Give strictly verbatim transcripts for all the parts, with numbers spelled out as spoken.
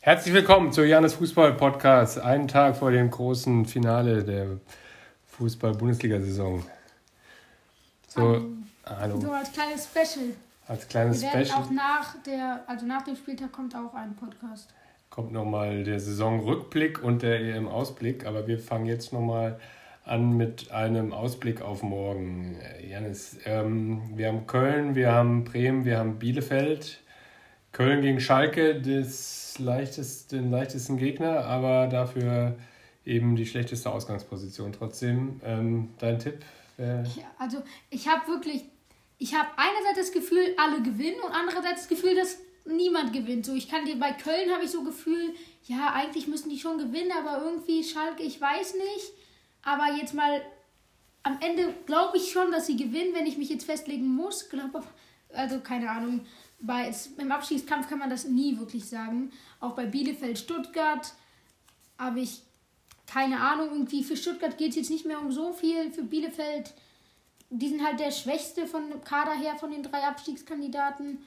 Herzlich willkommen zu Jannes Fußball-Podcast, einen Tag vor dem großen Finale der Fußball-Bundesliga-Saison. So, um, hallo. So als kleines Special. Als kleines Wir werden Special. auch nach der, also nach dem Spieltag kommt auch ein Podcast. Kommt nochmal der Saisonrückblick und der E M-Ausblick, aber wir fangen jetzt nochmal an mit einem Ausblick auf morgen. Jannis, ähm, wir haben Köln, wir haben Bremen, wir haben Bielefeld. Köln gegen Schalke, das leichteste, den leichtesten Gegner, aber dafür eben die schlechteste Ausgangsposition. Trotzdem, ähm, dein Tipp? Äh ja, also ich habe wirklich, ich habe einerseits das Gefühl, alle gewinnen und andererseits das Gefühl, dass niemand gewinnt. So, ich kann dir bei Köln habe ich so Gefühl, ja, eigentlich müssen die schon gewinnen, aber irgendwie Schalke, ich weiß nicht. Aber jetzt mal, am Ende glaube ich schon, dass sie gewinnen, wenn ich mich jetzt festlegen muss. Glaube, also keine Ahnung. Bei, im Abstiegskampf kann man das nie wirklich sagen. Auch bei Bielefeld, Stuttgart habe ich keine Ahnung. Irgendwie für Stuttgart geht es jetzt nicht mehr um so viel. Für Bielefeld, die sind halt der schwächste von dem Kader her von den drei Abstiegskandidaten.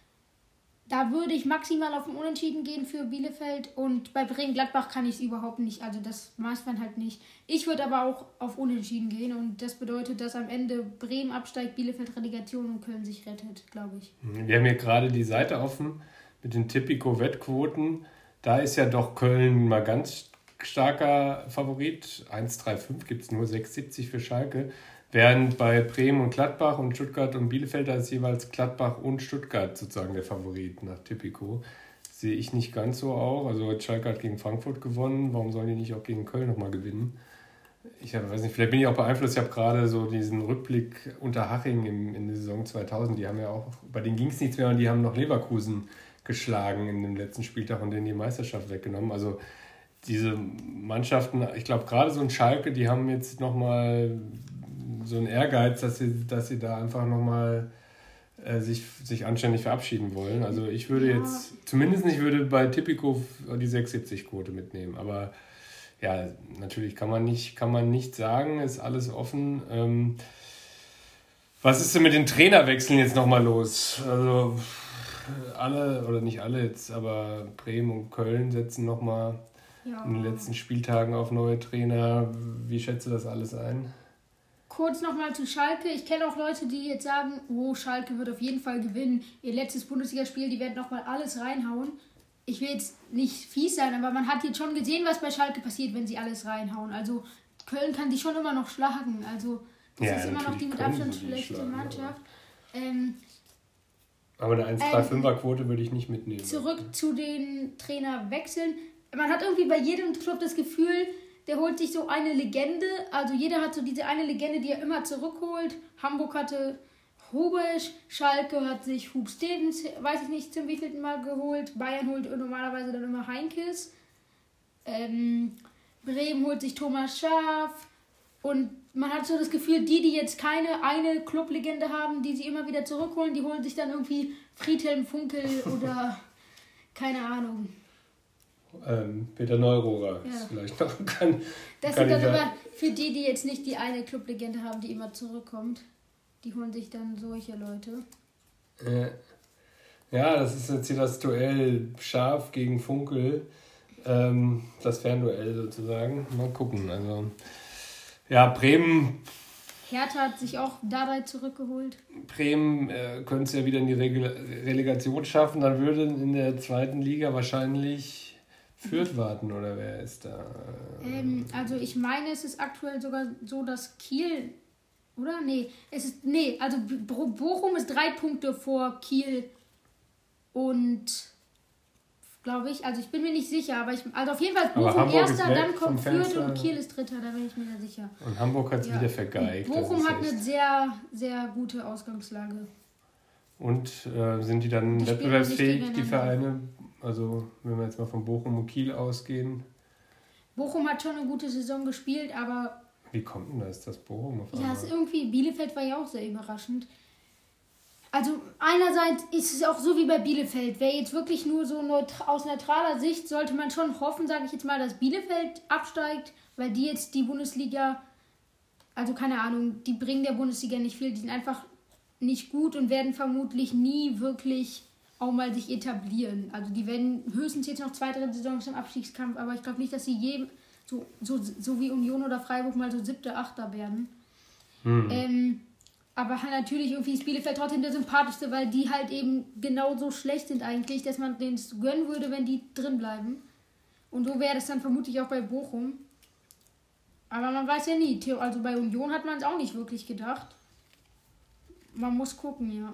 Da würde ich maximal auf ein Unentschieden gehen für Bielefeld. Und bei Bremen-Gladbach kann ich es überhaupt nicht. Also das maßt man halt nicht. Ich würde aber auch auf Unentschieden gehen. Und das bedeutet, dass am Ende Bremen absteigt, Bielefeld Relegation und Köln sich rettet, glaube ich. Wir haben hier gerade die Seite offen mit den Tipico-Wettquoten. Da ist ja doch Köln mal ganz starker Favorit. eins Komma fünfunddreißig gibt es nur, sechs Komma siebzig für Schalke. Während bei Bremen und Gladbach und Stuttgart und Bielefeld, da ist jeweils Gladbach und Stuttgart sozusagen der Favorit nach Tipico. Sehe ich nicht ganz so auch. Also Schalke hat gegen Frankfurt gewonnen. Warum sollen die nicht auch gegen Köln nochmal gewinnen? Ich hab, weiß nicht, vielleicht bin ich auch beeinflusst. Ich habe gerade so diesen Rückblick unter Haching in, in der Saison zweitausend. Die haben ja auch, bei denen ging es nichts mehr und die haben noch Leverkusen geschlagen in dem letzten Spieltag und denen die Meisterschaft weggenommen. Also diese Mannschaften, ich glaube gerade so ein Schalke, die haben jetzt nochmal so ein Ehrgeiz, dass sie, dass sie da einfach nochmal äh, sich, sich anständig verabschieden wollen. Also ich würde ja. jetzt, zumindest ich würde bei Tipico die sechs Komma siebzig Quote mitnehmen. Aber ja, natürlich kann man nicht, kann man nicht sagen, ist alles offen. Ähm, was ist denn mit den Trainerwechseln jetzt nochmal los? Also alle, oder nicht alle jetzt, aber Bremen und Köln setzen nochmal ja. in den letzten Spieltagen auf neue Trainer. Wie schätzt du das alles ein? Kurz nochmal zu Schalke. Ich kenne auch Leute, die jetzt sagen, oh, Schalke wird auf jeden Fall gewinnen. Ihr letztes Bundesligaspiel, die werden nochmal alles reinhauen. Ich will jetzt nicht fies sein, aber man hat jetzt schon gesehen, was bei Schalke passiert, wenn sie alles reinhauen. Also Köln kann die schon immer noch schlagen. Also das ja, ist immer noch die mit Abstand schlechte Mannschaft. Ähm, aber eine eins Komma fünfunddreißiger Quote würde ich nicht mitnehmen. Zurück zu den Trainerwechseln. Man hat irgendwie bei jedem Club das Gefühl, der holt sich so eine Legende. Also jeder hat so diese eine Legende, die er immer zurückholt. Hamburg hatte Rubesch, Schalke hat sich Hub Stevens, weiß ich nicht zum wievielten Mal geholt. Bayern holt normalerweise dann immer Heinkes. Ähm, Bremen holt sich Thomas Schaaf. Und man hat so das Gefühl, die, die jetzt keine eine Clublegende haben, die sie immer wieder zurückholen, die holen sich dann irgendwie Friedhelm Funkel oder keine Ahnung. Ähm, Peter Neururer ja. ist vielleicht noch ein kann, Das sind dann immer für die, die jetzt nicht die eine Clublegende haben, die immer zurückkommt. Die holen sich dann solche Leute. Äh, ja, das ist jetzt hier das Duell Scharf gegen Funkel. Ähm, das Fernduell sozusagen. Mal gucken. Also, ja, Bremen. Hertha hat sich auch dabei zurückgeholt. Bremen äh, könnte es ja wieder in die Regula- Relegation schaffen. Dann würde in der zweiten Liga wahrscheinlich Fürth warten, oder wer ist da? Ähm, also ich meine, es ist aktuell sogar so, dass Kiel, oder? Nee, es ist, nee, also Bochum ist drei Punkte vor Kiel und, glaube ich, also ich bin mir nicht sicher, aber ich, also auf jeden Fall Bochum erster, dann kommt Fürth und Kiel ist dritter, da bin ich mir da sicher. Und Hamburg hat es ja. wieder vergeigt. Und Bochum hat eine sehr, sehr gute Ausgangslage. Und äh, sind die dann die wettbewerbsfähig, die Vereine? Also, wenn wir jetzt mal von Bochum und Kiel ausgehen. Bochum hat schon eine gute Saison gespielt, aber... Wie kommt denn das, das Bochum auf einmal? Ja, es ist irgendwie... Bielefeld war ja auch sehr überraschend. Also, einerseits ist es auch so wie bei Bielefeld. Wer jetzt wirklich nur so neut- aus neutraler Sicht, sollte man schon hoffen, sage ich jetzt mal, dass Bielefeld absteigt, weil die jetzt die Bundesliga... Also, keine Ahnung, die bringen der Bundesliga nicht viel. Die sind einfach nicht gut und werden vermutlich nie wirklich auch mal sich etablieren. Also die werden höchstens jetzt noch zwei, drei Saisons im Abstiegskampf, aber ich glaube nicht, dass sie je, so, so, so wie Union oder Freiburg mal so siebter, achter werden. Hm. Ähm, aber halt natürlich irgendwie ist Bielefeld trotzdem der sympathischste, weil die halt eben genauso schlecht sind eigentlich, dass man denen es gönnen würde, wenn die drin bleiben. Und so wäre das dann vermutlich auch bei Bochum. Aber man weiß ja nie. Also bei Union hat man es auch nicht wirklich gedacht. Man muss gucken, ja.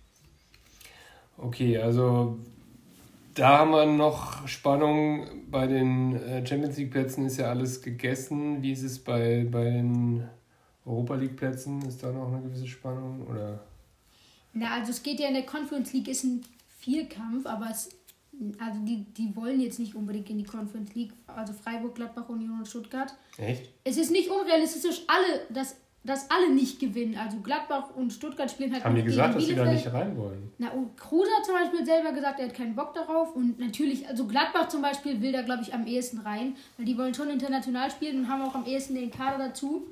Okay, also da haben wir noch Spannung. Bei den Champions League Plätzen ist ja alles gegessen. Wie ist es bei, bei den Europa League Plätzen? Ist da noch eine gewisse Spannung? Oder? Na, also es geht ja in der Conference League, ist ein Vierkampf, aber es, also die, die wollen jetzt nicht unbedingt in die Conference League. Also Freiburg, Gladbach, Union und Stuttgart. Echt? Es ist nicht unrealistisch, alle, dass dass alle nicht gewinnen. Also Gladbach und Stuttgart spielen halt... Haben die gesagt, dass sie da nicht rein wollen? Na, und Kruse hat zum Beispiel selber gesagt, er hat keinen Bock darauf. Und natürlich, also Gladbach zum Beispiel will da, glaube ich, am ehesten rein. Weil die wollen schon international spielen und haben auch am ehesten den Kader dazu.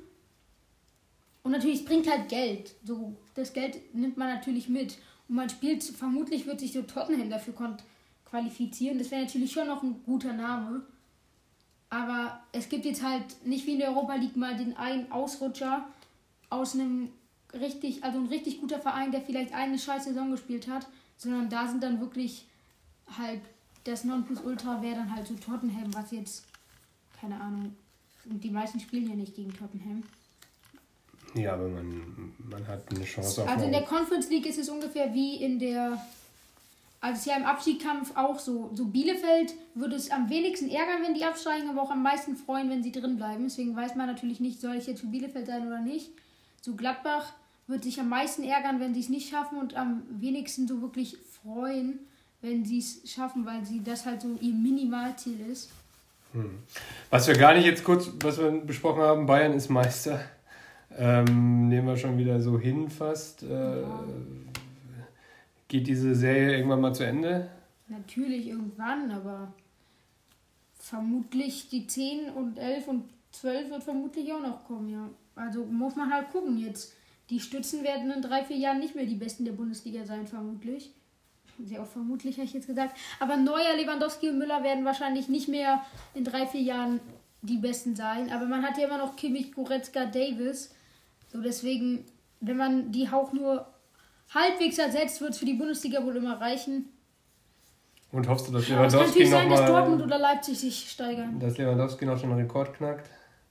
Und natürlich, es bringt halt Geld. So, das Geld nimmt man natürlich mit. Und man spielt, vermutlich wird sich so Tottenham dafür qualifizieren. Das wäre natürlich schon noch ein guter Name. Aber es gibt jetzt halt nicht wie in der Europa League mal den einen Ausrutscher aus einem richtig, also ein richtig guter Verein, der vielleicht eine scheiß Saison gespielt hat, sondern da sind dann wirklich halt das Nonplusultra wäre dann halt so Tottenham, was jetzt, keine Ahnung, und die meisten spielen ja nicht gegen Tottenham. Ja, aber man, man hat eine Chance auf... Also in der Conference League ist es ungefähr wie in der... Also es ist ja im Abstiegskampf auch so. So Bielefeld würde es am wenigsten ärgern, wenn die absteigen, aber auch am meisten freuen, wenn sie drin bleiben. Deswegen weiß man natürlich nicht, soll ich jetzt für Bielefeld sein oder nicht. So Gladbach wird sich am meisten ärgern, wenn sie es nicht schaffen und am wenigsten so wirklich freuen, wenn sie es schaffen, weil sie das halt so ihr Minimalziel ist. Hm. Was wir gar nicht jetzt kurz, was wir besprochen haben, Bayern ist Meister. Ähm, nehmen wir schon wieder so hin fast. Äh, ja. Geht diese Serie irgendwann mal zu Ende? Natürlich irgendwann, aber vermutlich die zehn und elf und zwölf wird vermutlich auch noch kommen, ja. Also muss man halt gucken jetzt. Die Stützen werden in drei, vier Jahren nicht mehr die Besten der Bundesliga sein, vermutlich. Sehr oft vermutlich, habe ich jetzt gesagt. Aber Neuer, Lewandowski und Müller werden wahrscheinlich nicht mehr in drei, vier Jahren die Besten sein. Aber man hat ja immer noch Kimmich, Goretzka, Davis. So deswegen, wenn man die auch nur halbwegs ersetzt, wird es für die Bundesliga wohl immer reichen. Und hoffst du, dass ja, Lewandowski noch mal... Es kann natürlich sein, dass Dortmund oder Leipzig sich steigern. Dass Lewandowski noch schon einen Rekord knackt?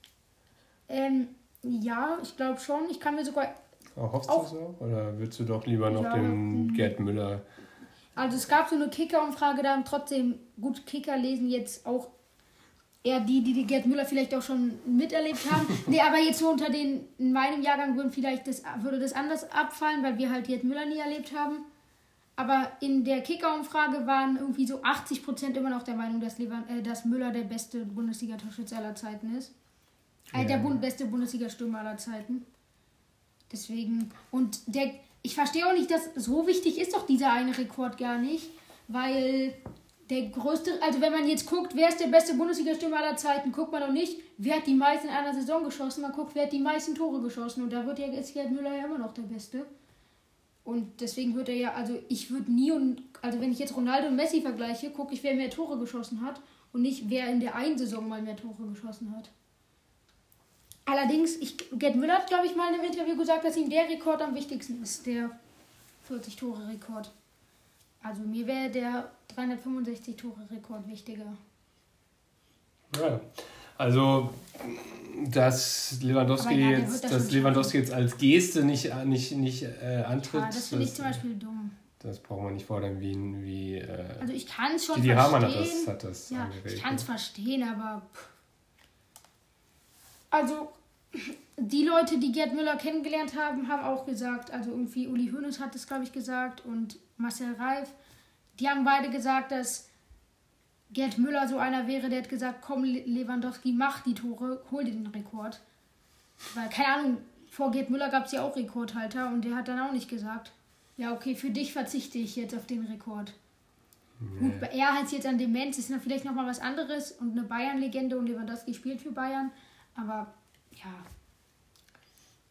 Ähm, ja, ich glaube schon. Ich kann mir sogar... Oh, hoffst du es auch? Oder würdest du doch lieber noch ja, den Gerd Müller... Also es gab so eine Kicker-Umfrage, da haben trotzdem gut Kicker lesen jetzt auch eher die, die, die Gerd Müller vielleicht auch schon miterlebt haben. Nee, aber jetzt so unter den, in meinem Jahrgang würden vielleicht das, würde das anders abfallen, weil wir halt Gerd Müller nie erlebt haben. Aber in der Kicker-Umfrage waren irgendwie so achtzig Prozent immer noch der Meinung, dass, Lever, äh, dass Müller der beste Bundesliga-Torschütze aller Zeiten ist. Äh, ja. Der Bund, beste Bundesliga-Stürmer aller Zeiten. Deswegen, und der, ich verstehe auch nicht, dass so wichtig ist doch dieser eine Rekord gar nicht, weil der größte, also wenn man jetzt guckt, wer ist der beste Bundesliga-Stürmer aller Zeiten, guckt man doch nicht, wer hat die meisten in einer Saison geschossen, man guckt, wer hat die meisten Tore geschossen und da wird ja jetzt Gerd Müller ja immer noch der Beste. Und deswegen wird er ja, also ich würde nie, und also wenn ich jetzt Ronaldo und Messi vergleiche, gucke ich, wer mehr Tore geschossen hat und nicht, wer in der einen Saison mal mehr Tore geschossen hat. Allerdings, ich, Gerd Müller hat, glaube ich, mal in einem Interview gesagt, dass ihm der Rekord am wichtigsten ist, der vierzig-Tore-Rekord. Also mir wäre der dreihundertfünfundsechzig-Tore-Rekord wichtiger. Ja, also dass Lewandowski, ja, jetzt, das dass Lewandowski jetzt als Geste nicht, nicht, nicht äh, antritt. Ja, das finde ich zum Beispiel dumm. Das braucht man nicht fordern, wie... wie äh, also ich kann es schon die, die verstehen. Hamann hat das, hat das ja, ich kann es verstehen, aber... Pff. Also die Leute, die Gerd Müller kennengelernt haben, haben auch gesagt, also irgendwie Uli Hoeneß hat das, glaube ich, gesagt und Marcel Reif, die haben beide gesagt, dass Gerd Müller so einer wäre, der hat gesagt, komm Lewandowski, mach die Tore, hol dir den Rekord. Weil, keine Ahnung, vor Gerd Müller gab es ja auch Rekordhalter und der hat dann auch nicht gesagt, ja okay, für dich verzichte ich jetzt auf den Rekord. Nee. Gut, er hat jetzt an Demenz, ist noch vielleicht nochmal was anderes und eine Bayern-Legende und Lewandowski spielt für Bayern, aber ja.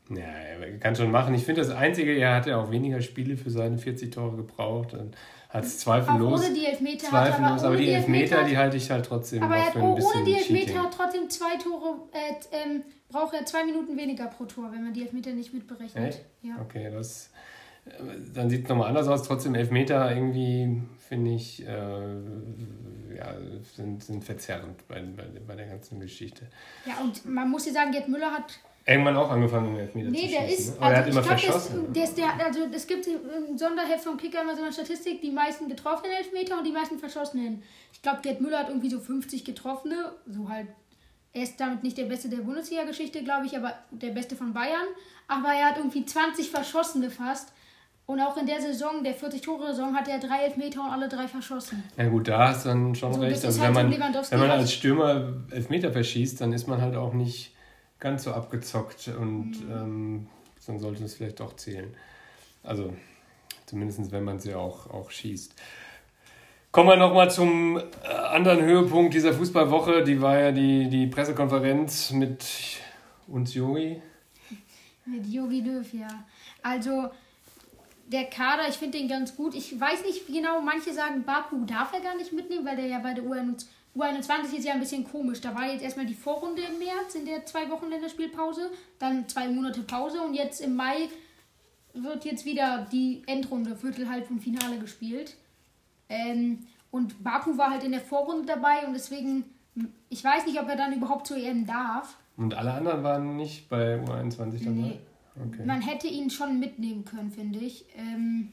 Ja, er kann schon machen. Ich finde das Einzige, er hat ja auch weniger Spiele für seine vierzig Tore gebraucht. Und hat es zweifellos. Auch ohne die Elfmeter. Zweifellos, hat, aber, aber die, die Elfmeter, Elfmeter, die halte ich halt trotzdem aber auch für ein bisschen ohne die Elfmeter Cheating. hat trotzdem zwei Tore, äh, ähm, braucht er zwei Minuten weniger pro Tor, wenn man die Elfmeter nicht mitberechnet. Echt? Ja. Okay, das, dann sieht es nochmal anders aus. Trotzdem Elfmeter irgendwie, finde ich, äh, ja, sind, sind verzerrend bei, bei, bei der ganzen Geschichte. Ja, und man muss ja sagen, Gerd Müller hat irgendwann auch angefangen, den Elfmeter nee, zu der schießen. ist, Ne? Aber er also hat immer ich glaub, verschossen. Der ist, der ist der, also es gibt im Sonderheft vom Kicker immer so eine Statistik, die meisten getroffenen Elfmeter und die meisten verschossenen. Ich glaube, Gerd Müller hat irgendwie so fünfzig getroffene, so halt, er ist damit nicht der Beste der Bundesliga-Geschichte, glaube ich, aber der Beste von Bayern. Aber er hat irgendwie zwanzig verschossene fast. Und auch in der Saison, der vierzig-Tore-Saison, hat er drei Elfmeter und alle drei verschossen. Na gut, da hast du dann schon so, recht. Also halt wenn, so man, wenn man als Stürmer Elfmeter verschießt, dann ist man halt auch nicht ganz so abgezockt und mhm. ähm, dann sollte es vielleicht auch zählen. Also zumindest wenn man sie auch, auch schießt. Kommen wir nochmal zum anderen Höhepunkt dieser Fußballwoche. Die war ja die, die Pressekonferenz mit uns Jogi. Mit Jogi Löw, ja. Also der Kader, ich finde den ganz gut. Ich weiß nicht genau, manche sagen, Baku darf er gar nicht mitnehmen, weil der ja bei der U einundzwanzig ist ja ein bisschen komisch. Da war jetzt erstmal die Vorrunde im März, in der zwei Wochen Länderspielpause, dann zwei Monate Pause und jetzt im Mai wird jetzt wieder die Endrunde, Viertel, Halb und Finale gespielt. Ähm, und Baku war halt in der Vorrunde dabei und deswegen, ich weiß nicht, ob er dann überhaupt zur E M darf. Und alle anderen waren nicht bei U einundzwanzig dabei? Nee. Okay. Man hätte ihn schon mitnehmen können, finde ich. Ähm,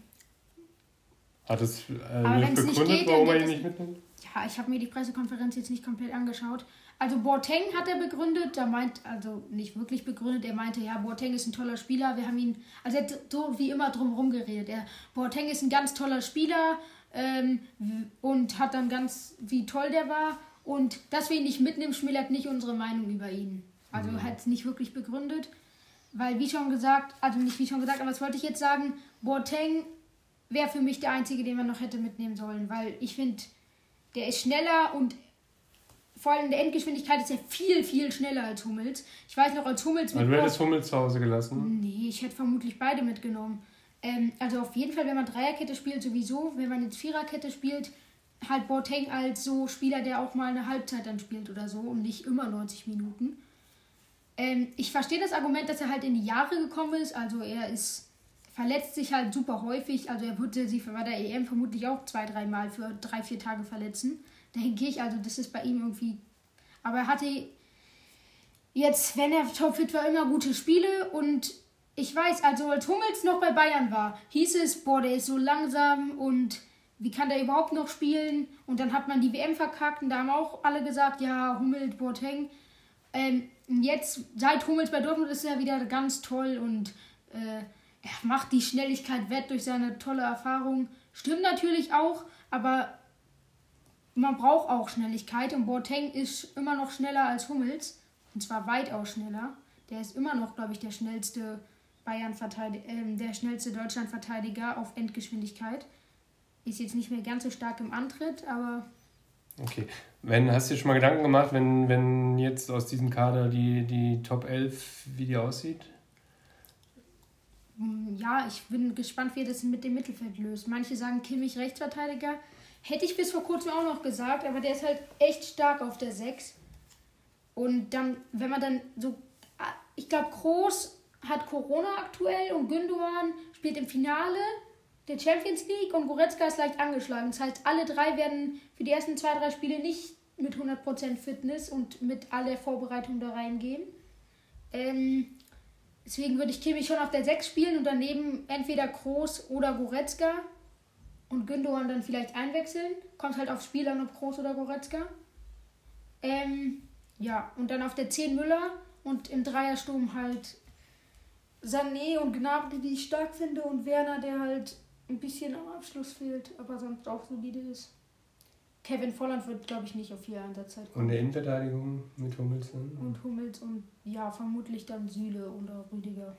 Hat es äh, nicht begründet, geht, warum er ihn nicht mitnimmt? Ja, ich habe mir die Pressekonferenz jetzt nicht komplett angeschaut. Also Boateng hat er begründet, da meint, also nicht wirklich begründet, er meinte, ja, Boateng ist ein toller Spieler, wir haben ihn, also er hat so wie immer drumherum geredet. Er, Boateng ist ein ganz toller Spieler ähm, und hat dann ganz, wie toll der war und dass wir ihn nicht mitnehmen, schmälert nicht unsere Meinung über ihn. Also mhm. hat es nicht wirklich begründet, weil wie schon gesagt, also nicht wie schon gesagt, aber das wollte ich jetzt sagen, Boateng wäre für mich der Einzige, den man noch hätte mitnehmen sollen, weil ich finde, der ist schneller und vor allem in der Endgeschwindigkeit ist er viel, viel schneller als Hummels. Ich weiß noch, als Hummels mit... Du hättest Hummels zu Hause gelassen? Nee, ich hätte vermutlich beide mitgenommen. Ähm, also auf jeden Fall, wenn man Dreierkette spielt, sowieso. Wenn man jetzt Viererkette spielt, halt Boateng als so Spieler, der auch mal eine Halbzeit dann spielt oder so und nicht immer neunzig Minuten. Ähm, ich verstehe das Argument, dass er halt in die Jahre gekommen ist. Also er ist... verletzt sich halt super häufig, also er würde sich bei der E M vermutlich auch zwei, dreimal für drei, vier Tage verletzen. Da denke ich, also das ist bei ihm irgendwie... Aber er hatte jetzt, wenn er topfit war, immer gute Spiele und ich weiß, also als Hummels noch bei Bayern war, hieß es, boah, der ist so langsam und wie kann der überhaupt noch spielen? Und dann hat man die W M verkackt und da haben auch alle gesagt, ja, Hummels, Boateng. Ähm, jetzt, seit Hummels bei Dortmund ist er wieder ganz toll und... Äh, er macht die Schnelligkeit wett durch seine tolle Erfahrung. Stimmt natürlich auch, aber man braucht auch Schnelligkeit und Boateng ist immer noch schneller als Hummels. Und zwar weitaus schneller. Der ist immer noch, glaube ich, der schnellste Bayern-Verteidiger, äh, der schnellste Deutschland-Verteidiger auf Endgeschwindigkeit. Ist jetzt nicht mehr ganz so stark im Antritt, aber... Okay. Wenn, hast du dir schon mal Gedanken gemacht, wenn, wenn jetzt aus diesem Kader die, die Top elf, wie die aussieht? Ja, ich bin gespannt, wie er das mit dem Mittelfeld löst. Manche sagen Kimmich Rechtsverteidiger. Hätte ich bis vor kurzem auch noch gesagt, aber der ist halt echt stark auf der sechs. Und dann, wenn man dann so... Ich glaube, Kroos hat Corona aktuell und Gündogan spielt im Finale der Champions League und Goretzka ist leicht angeschlagen. Das heißt, alle drei werden für die ersten zwei, drei Spiele nicht mit hundert Prozent Fitness und mit aller Vorbereitung da reingehen. Ähm... Deswegen würde ich Kimmich schon auf der sechs spielen und daneben entweder Kroos oder Goretzka und Gündogan dann vielleicht einwechseln. Kommt halt aufs Spiel an, ob Kroos oder Goretzka. Ähm, ja, und dann auf der zehn Müller und im Dreiersturm halt Sané und Gnabry, die ich stark finde, und Werner, der halt ein bisschen am Abschluss fehlt, aber sonst auch solide ist. Kevin Volland wird, glaube ich, nicht auf viel Einsatzzeit kommen. Und der Innenverteidigung mit Hummels dann? Und Hummels und, ja, vermutlich dann Süle oder Rüdiger.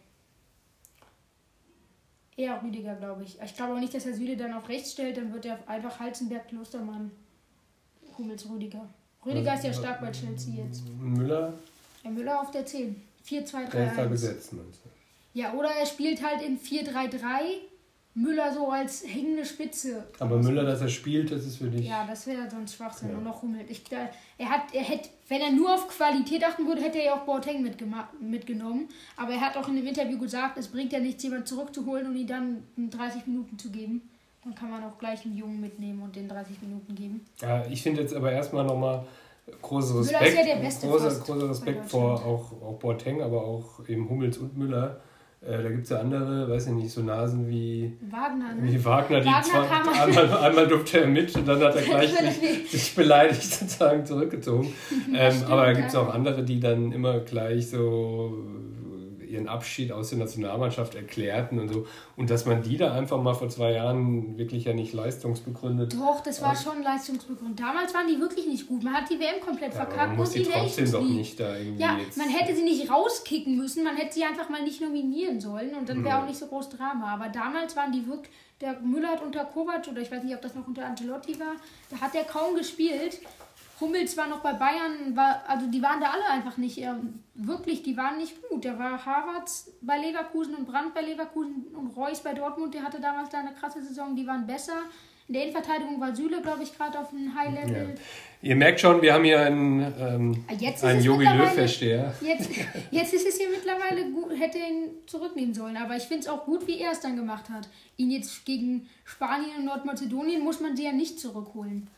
Eher Rüdiger, glaube ich. Ich glaube auch nicht, dass er Süle dann auf rechts stellt, dann wird er einfach Halzenberg, Klostermann, Hummels, Rüdiger. Rüdiger was, ist ja was, stark bei Chelsea jetzt. Müller? Ja, Müller auf der zehn. vier zwei drei eins. Der ist da gesetzt, meinst Ja, oder er spielt halt in vier drei drei, Müller so als hängende Spitze. Aber Müller, dass er spielt, das ist für dich... Ja, das wäre so ein Schwachsinn. Ja. Und noch Hummels. Ich, da, er hat, er hätte, wenn er nur auf Qualität achten würde, hätte er ja auch Boateng mitgema- mitgenommen. Aber er hat auch in dem Interview gesagt, es bringt ja nichts, jemanden zurückzuholen und ihn dann dreißig Minuten zu geben. Dann kann man auch gleich einen Jungen mitnehmen und den dreißig Minuten geben. Ja, ich finde jetzt aber erstmal nochmal großen Müller Respekt, ist ja der Beste großer, fast großer bei Respekt Deutschland. vor auch, auch Boateng, aber auch eben Hummels und Müller. Äh, da gibt es ja andere, weiß ich nicht, so Nasen wie, Wagner, ne? wie Wagner, die Wagner zwar, kam- einmal, einmal durfte er mit und dann hat er gleich Das will sich, sich beleidigt sozusagen zurückgezogen. Ähm, stimmt, aber da gibt es ja. auch andere, die dann immer gleich so ihren Abschied aus der Nationalmannschaft erklärten und so. Und dass man die da einfach mal vor zwei Jahren wirklich ja nicht leistungsbegründet. Doch, das war schon leistungsbegründet. Damals waren die wirklich nicht gut. Man hat die W M komplett Ja, aber verkackt man muss und die die trotzdem Nations doch League. nicht da irgendwie Ja, jetzt... man hätte sie nicht rauskicken müssen, man hätte sie einfach mal nicht nominieren sollen und dann wäre Mhm. auch nicht so groß Drama. Aber damals waren die wirklich, der Müller hat unter Kovac, oder ich weiß nicht, ob das noch unter Ancelotti war, da hat er kaum gespielt. Hummels war noch bei Bayern, war, also die waren da alle einfach nicht, äh, wirklich, die waren nicht gut. Da war Havertz bei Leverkusen und Brandt bei Leverkusen und Reus bei Dortmund, der hatte damals da eine krasse Saison, die waren besser. In der Innenverteidigung war Süle, glaube ich, gerade auf einem High-Level. Ja. Ihr merkt schon, wir haben hier einen, ähm, Jetzt ist einen es Jogi mittlerweile- Löw-Versteher. Jetzt, jetzt ist es hier mittlerweile gut, hätte ihn zurücknehmen sollen. Aber ich finde es auch gut, wie er es dann gemacht hat. Ihn jetzt gegen Spanien und Nordmazedonien muss man sie ja nicht zurückholen.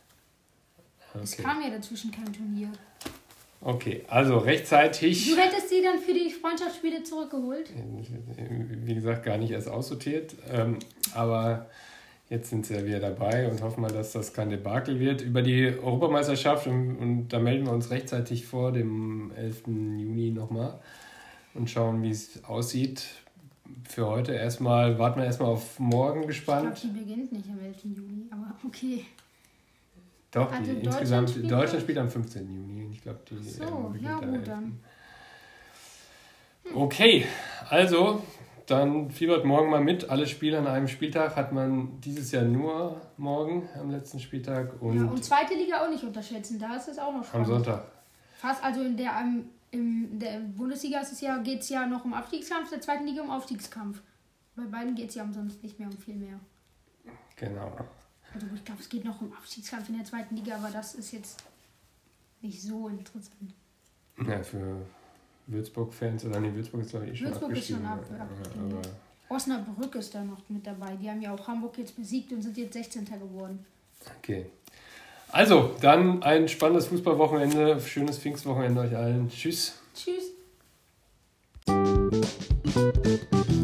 Es Okay. kam ja dazwischen kein Turnier. Okay, also rechtzeitig, Du hättest sie dann für die Freundschaftsspiele zurückgeholt? wie gesagt, gar nicht erst aussortiert. Ähm, aber jetzt sind sie ja wieder dabei und hoffen mal, dass das kein Debakel wird. Über die Europameisterschaft, und, und da melden wir uns rechtzeitig vor dem elften Juni nochmal und schauen, wie es aussieht. Für heute erstmal, warten wir erstmal auf morgen Ich gespannt. glaube, die beginnt nicht am elften Juni, aber okay. Doch, Also die, Deutschland insgesamt, spielt Deutschland noch? spielt am fünfzehnten Juni. Ich glaube, die So, ähm, beginnt ja, am gut, elften. dann. Okay, also dann fiebert morgen mal mit. Alle Spiele an einem Spieltag hat man dieses Jahr nur morgen am letzten Spieltag und, Ja, und zweite Liga auch nicht unterschätzen, da ist es auch noch am spannend. Sonntag. Fast, also in der, ähm, in der Bundesliga ist es ja, geht es ja noch um Abstiegskampf, in der zweiten Liga um Aufstiegskampf. Bei beiden geht es ja umsonst nicht mehr um viel mehr. Genau. Also ich glaube, es geht noch um Abstiegskampf in der zweiten Liga, aber das ist jetzt nicht so interessant. Ja, für Würzburg-Fans, oder nee, Würzburg ist glaube ich eh schon Würzburg ist schon abgestiegen. ab- Ja, abgestiegen. aber, Osnabrück ist da noch mit dabei. Die haben ja auch Hamburg jetzt besiegt und sind jetzt sechzehnter geworden. okay. Also, dann ein spannendes Fußballwochenende, schönes Pfingstwochenende euch allen. Tschüss. Tschüss.